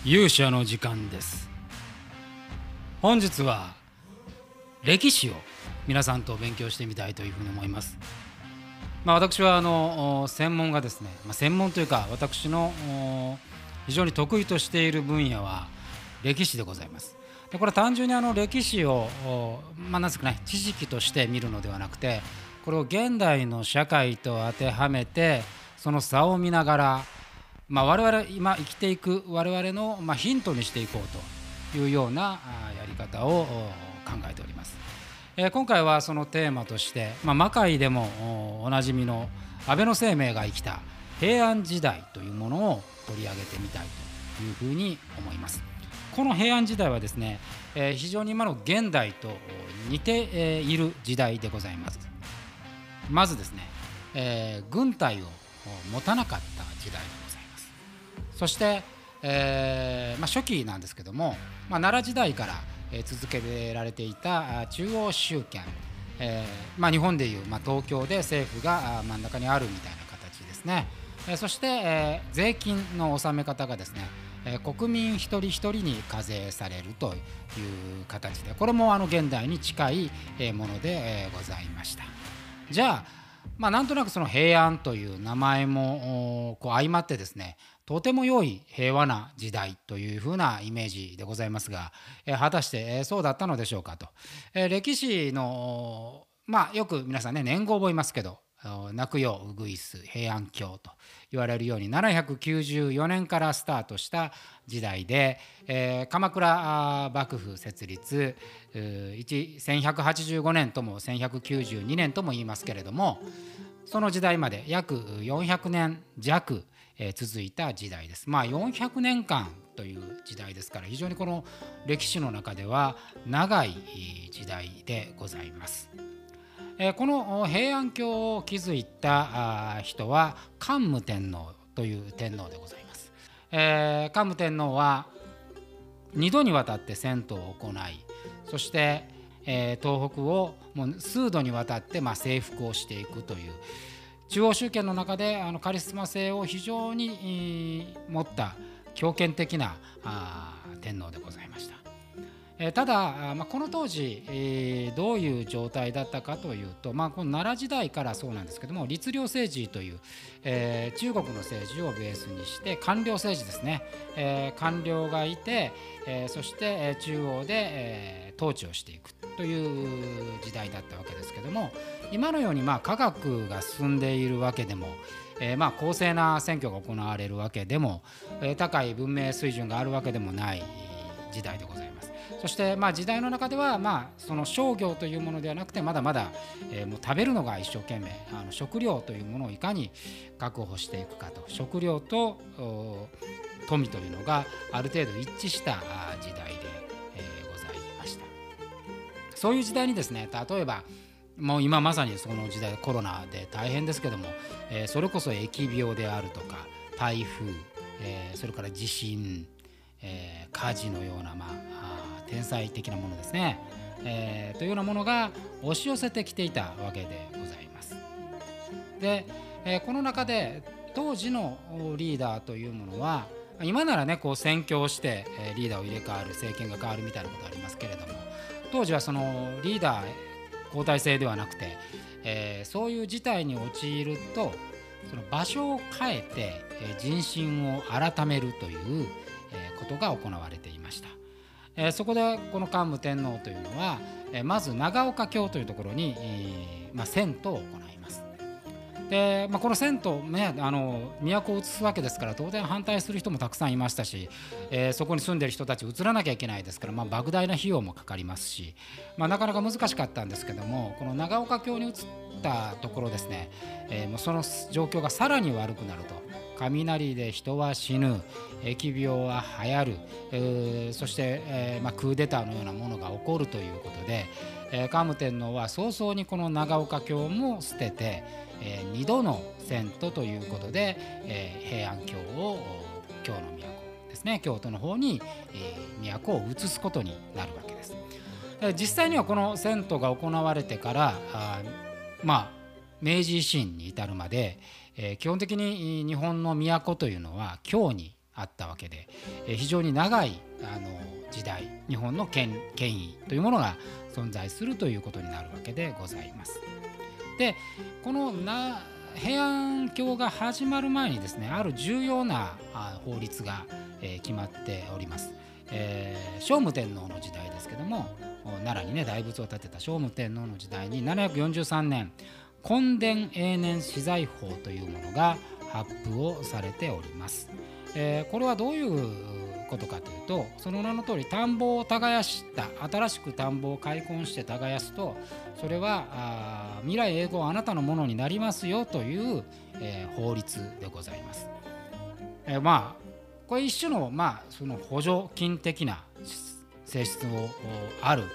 勇者の時間です。本日は歴史を皆さんと勉強してみたいというふうに思います。私は専門がですね、専門というか私の非常に得意としている分野は歴史でございます。でこれは単純に歴史をなんですかね、知識として見るのではなくて、これを現代の社会と当てはめてその差を見ながら、我々今生きていく我々のヒントにしていこうというようなやり方を考えております。今回はそのテーマとして、魔界でもおなじみの安倍晴明が生きた平安時代というものを取り上げてみたいというふうに思います。この平安時代はですね、非常に今の現代と似ている時代でございます。まずですね、軍隊を持たなかった時代でございます。そして、初期なんですけども、奈良時代から続けられていた中央集権、日本でいう、東京で政府が真ん中にあるみたいな形ですね。そして、税金の納め方がですね、国民一人一人に課税されるという形で、これも現代に近いものでございました。じゃあ、なんとなくその平安という名前も相まってですね、とても良い平和な時代というふうなイメージでございますが、果たしてそうだったのでしょうかと。歴史のよく皆さんね、年号を覚えますけど、泣くよウグイス平安京と言われるように794年からスタートした時代で、鎌倉幕府設立1185年とも1192年とも言いますけれども、その時代まで約400年弱続いた時代です。400年間という時代ですから、非常にこの歴史の中では長い時代でございます。この平安京を築いた人は桓武天皇という天皇でございます。桓武天皇は2度にわたって遷都を行い、そして、東北をもう数度にわたって征服をしていくという中央集権の中でカリスマ性を非常に持った強権的な天皇でございました。ただ、この当時、どういう状態だったかというと、この奈良時代からそうなんですけども、律令政治という、中国の政治をベースにして官僚政治ですね、官僚がいて、そして中央で、統治をしていくという時代だったわけですけども、今のように科学が進んでいるわけでも、公正な選挙が行われるわけでも、高い文明水準があるわけでもない時代でございます。そして時代の中ではその商業というものではなくて、まだまだもう食べるのが一生懸命食料というものをいかに確保していくかと、食料と富というのがある程度一致した時代でございました。そういう時代にですね、例えばもう今まさにその時代、コロナで大変ですけども、それこそ疫病であるとか台風、それから地震、火事のような天災的なものですね、というようなものが押し寄せてきていたわけでございます。で、この中で当時のリーダーというものは、今ならね選挙をしてリーダーを入れ替わる、政権が変わるみたいなことありますけれども、当時はそのリーダー交代制ではなくて、そういう事態に陥るとその場所を変えて人心を改めるということが行われていました。そこでこの桓武天皇というのは、まず長岡京というところに、遷都を行います。で、この遷都ね、都を移すわけですから、当然反対する人もたくさんいましたし、そこに住んでる人たち移らなきゃいけないですから、莫大な費用もかかりますし、なかなか難しかったんですけども、この長岡京に移ったところですね、もうその状況がさらに悪くなると。雷で人は死ぬ、疫病は流行る、そして、クーデターのようなものが起こるということで、桓武天皇は早々にこの長岡京も捨てて、2度の遷都ということで、平安京を京の都ですね、京都の方に、都を移すことになるわけです。実際にはこの遷都が行われてから明治維新に至るまで、基本的に日本の都というのは京にあったわけで、非常に長い時代、日本の権威というものが存在するということになるわけでございます。でこの平安京が始まる前にですね、ある重要な法律が決まっております。聖武天皇の時代ですけども、奈良にね大仏を建てた聖武天皇の時代に743年墾田永年私財法というものが発布をされております。これはどういうことかというと、その名の通り田んぼを耕した新しく田んぼを開墾して耕すと、それは未来永劫あなたのものになりますよという、法律でございます。これ一種の、その補助金的な性質のある、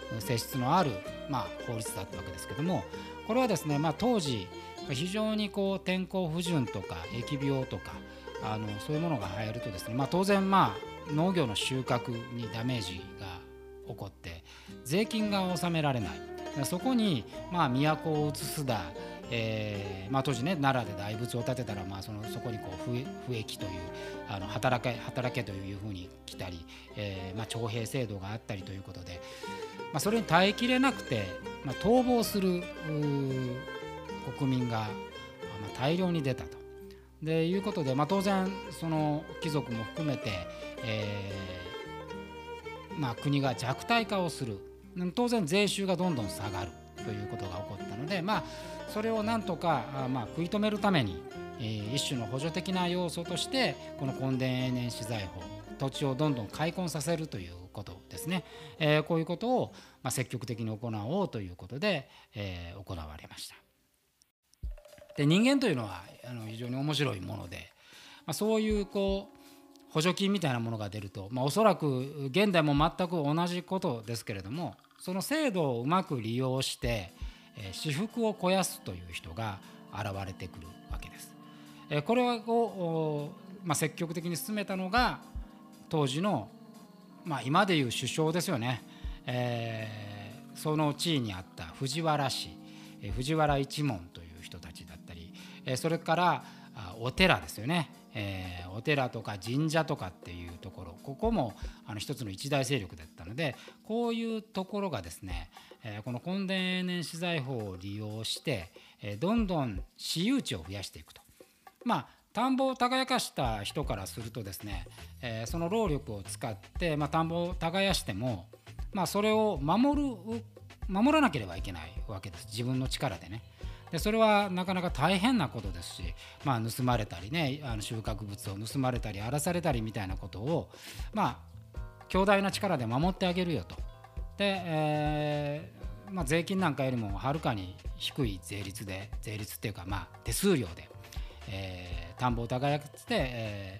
法律だったわけですけども、これはですね、当時非常に天候不順とか疫病とかそういうものが入るとですね、当然農業の収穫にダメージが起こって税金が納められない。そこに都を移すだ、当時ね奈良で大仏を建てたら、そこに不益という働けというふうに来たり、徴兵制度があったりということで、それに耐えきれなくて、逃亡する国民が大量に出たということで、当然その貴族も含めて、国が弱体化をする。当然税収がどんどん下がるということが起こったので、それをなんとか食い止めるために、一種の補助的な要素としてこの墾田永年私財法、土地をどんどん開墾させるということですね。こういうことを積極的に行おうということで、行われました。で人間というのは非常に面白いもので、そういう補助金みたいなものが出ると、おそらく現代も全く同じことですけれども、その制度をうまく利用して私腹を肥やすという人が現れてくるわけです。これを積極的に進めたのが当時の、今でいう首相ですよね。その地位にあった藤原氏、藤原一門という人たちだったり、それからお寺ですよね。お寺とか神社とかっていうところ、ここも一つの一大勢力だったので、こういうところがですね、この墾田永年私財法を利用してどんどん私有地を増やしていくと。田んぼを耕した人からするとですね、その労力を使って田んぼを耕しても、それを守らなければいけないわけです、自分の力でね。でそれはなかなか大変なことですし、盗まれたりね、収穫物を盗まれたり荒らされたりみたいなことを強大な力で守ってあげるよと。で、税金なんかよりもはるかに低い税率っていうか手数料で、田んぼを耕して、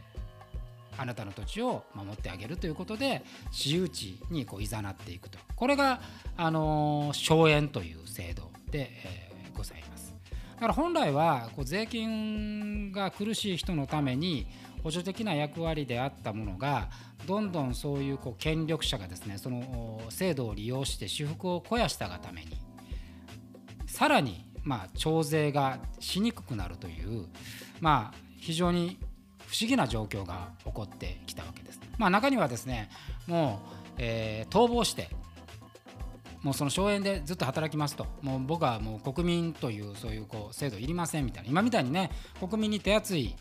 あなたの土地を守ってあげるということで私有地にいざなっていくと。これが荘園という制度で、ございます。だから本来は税金が苦しい人のために補助的な役割であったものが、どんどんそういう権力者がですね、その制度を利用して私腹を肥やしたがために、さらに徴税がしにくくなるという、非常に不思議な状況が起こってきたわけです。中にはですね、もう、逃亡して、もうその荘園でずっと働きますと、もう僕はもう国民というそういう制度いりませんみたいな、今みたいにね国民に手厚い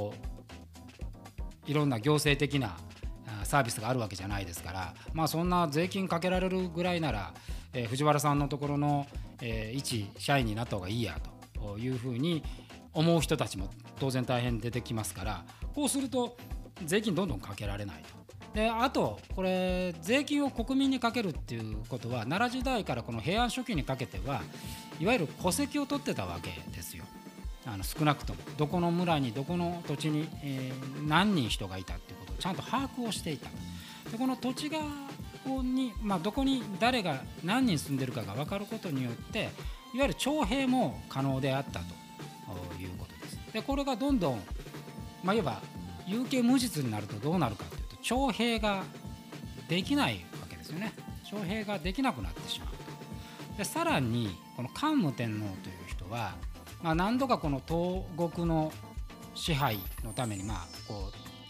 いろんな行政的なサービスがあるわけじゃないですから、そんな税金かけられるぐらいなら、藤原さんのところの、一社員になった方がいいやというふうに思う人たちも当然大変出てきますから、こうすると税金どんどんかけられないと。であとこれ税金を国民にかけるっていうことは、奈良時代からこの平安初期にかけてはいわゆる戸籍を取ってたわけですよ。少なくともどこの村にどこの土地に、何人人がいたっていうことをちゃんと把握をしていた。でこの土地がに、どこに誰が何人住んでるかが分かることによって、いわゆる徴兵も可能であったということです。でこれがどんどん、いわば有形無実になるとどうなるかというと、徴兵ができないわけですよね。徴兵ができなくなってしまうと。でさらにこの桓武天皇という人は、何度かこの東国の支配のために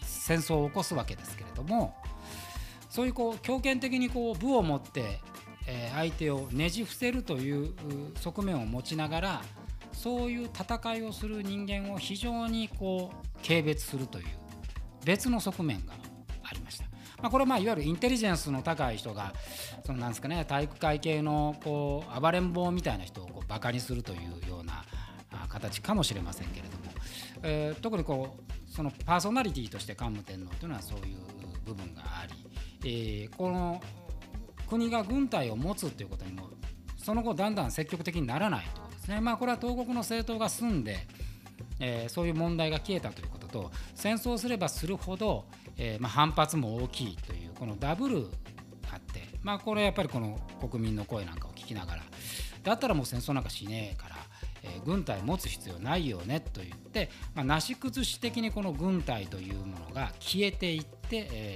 戦争を起こすわけですけれども、そういう強権的に武を持って相手をねじ伏せるという側面を持ちながら、そういう戦いをする人間を非常に軽蔑するという別の側面がありました。これはいわゆるインテリジェンスの高い人がなんですかね、体育会系の暴れん坊みたいな人をバカにするというような形かもしれませんけれども、特にそのパーソナリティとして桓武天皇というのはそういう部分があり、この国が軍隊を持つということにもその後だんだん積極的にならないということですね。これは東国の政党が済んで、そういう問題が消えたということと、戦争すればするほど、反発も大きいというこのダブルあって、これやっぱりこの国民の声なんかを聞きながら、だったらもう戦争なんかしねえから、軍隊持つ必要ないよねと言って、なし崩し的にこの軍隊というものが消えていって、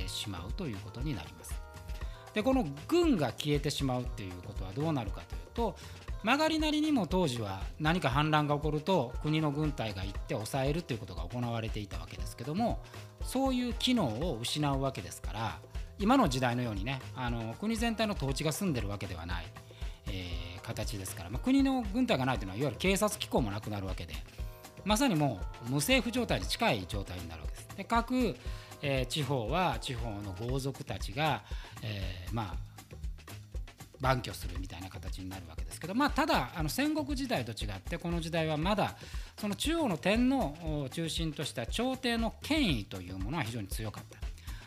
しまうということになります。でこの軍が消えてしまうということはどうなるかというと、曲がりなりにも当時は何か反乱が起こると国の軍隊が行って抑えるということが行われていたわけですけども、そういう機能を失うわけですから、今の時代のようにね、国全体の統治が済んでるわけではない、形ですから、国の軍隊がないというのはいわゆる警察機構もなくなるわけで、まさにもう無政府状態に近い状態になるわけです。で各地方は地方の豪族たちが、蛮挙するみたいな形になるわけですけど、ただ戦国時代と違ってこの時代はまだその中央の天皇を中心とした朝廷の権威というものは非常に強かった。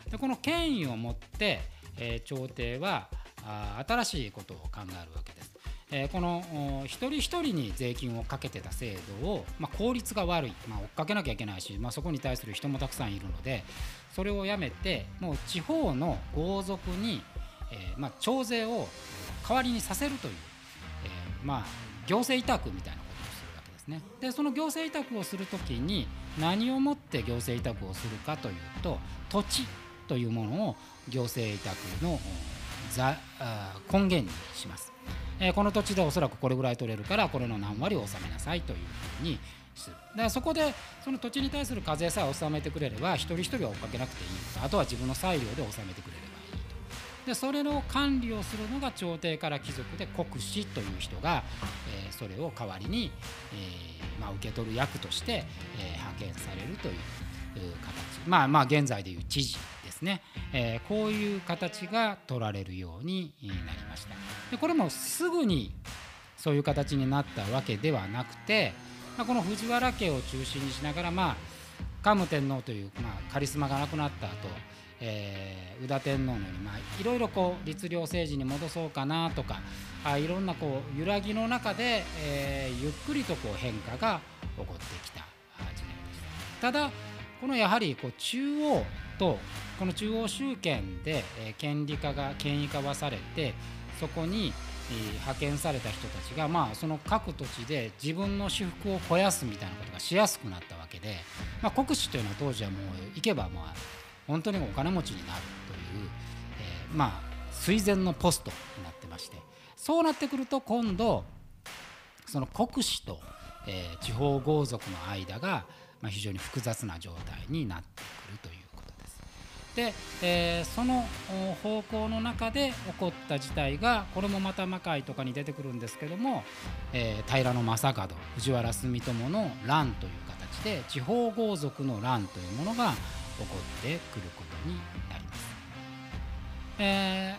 でこの権威を持って、朝廷は新しいことを考えるわけです。この一人一人に税金をかけてた制度を、効率が悪い、追っかけなきゃいけないし、そこに対する人もたくさんいるので、それをやめてもう地方の豪族に、徴税を代わりにさせるという、行政委託みたいなことをするわけですね。でその行政委託をするときに何をもって行政委託をするかというと、土地というものを行政委託の根源にします。この土地でおそらくこれぐらい取れるからこれの何割を納めなさいというふうにする。でそこでその土地に対する課税さえ納めてくれれば一人一人は追っかけなくていいと、あとは自分の裁量で納めてくれればいいと。でそれの管理をするのが朝廷から貴族で国司という人が、それを代わりに、受け取る役として、派遣されるという形、現在でいう知事ですね、こういう形が取られるようになりました。でこれもすぐにそういう形になったわけではなくて、この藤原家を中心にしながら、桓武天皇という、カリスマがなくなった後、宇田天皇のようにいろいろ律令政治に戻そうかなとか、いろんな揺らぎの中で、ゆっくりと変化が起こってきた時代です。ただこのやはり中央とこの中央集権で権威化はされて、そこに派遣された人たちが、その各土地で自分の私腹を肥やすみたいなことがしやすくなったわけで、国司というのは当時はもう行けば本当にお金持ちになるという、垂涎のポストになってまして、そうなってくると今度その国司と、地方豪族の間が、非常に複雑な状態になってくるということです。で、その方向の中で起こった事態が、これもまた魔界とかに出てくるんですけども、平将門藤原住友の乱という形で地方豪族の乱というものが起こってくることになります。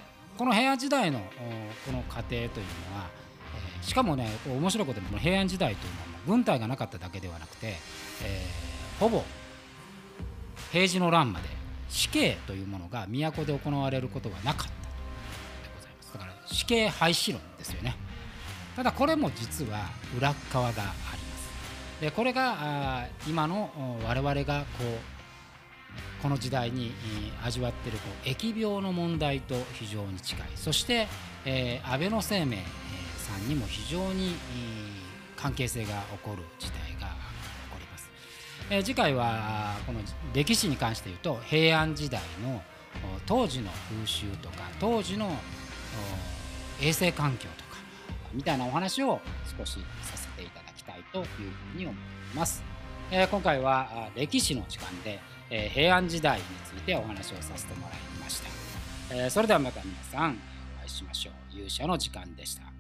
この平安時代のこの過程というのは、しかもね、面白いことに平安時代というのは軍隊がなかっただけではなくて、ほぼ平治の乱まで死刑というものが都で行われることはなかったでございます。だから死刑廃止論ですよね。ただこれも実は裏側があります。でこれが今の我々がこの時代に味わっている疫病の問題と非常に近い。そして安倍晴明さんにも非常に関係性が起こる事態が起こります。次回はこの歴史に関して言うと、平安時代の当時の風習とか当時の衛生環境とかみたいなお話を少しさせていただきたいというふうに思います。今回は歴史の時間で平安時代についてお話をさせてもらいました。それではまた皆さんお会いしましょう。勇者の時間でした。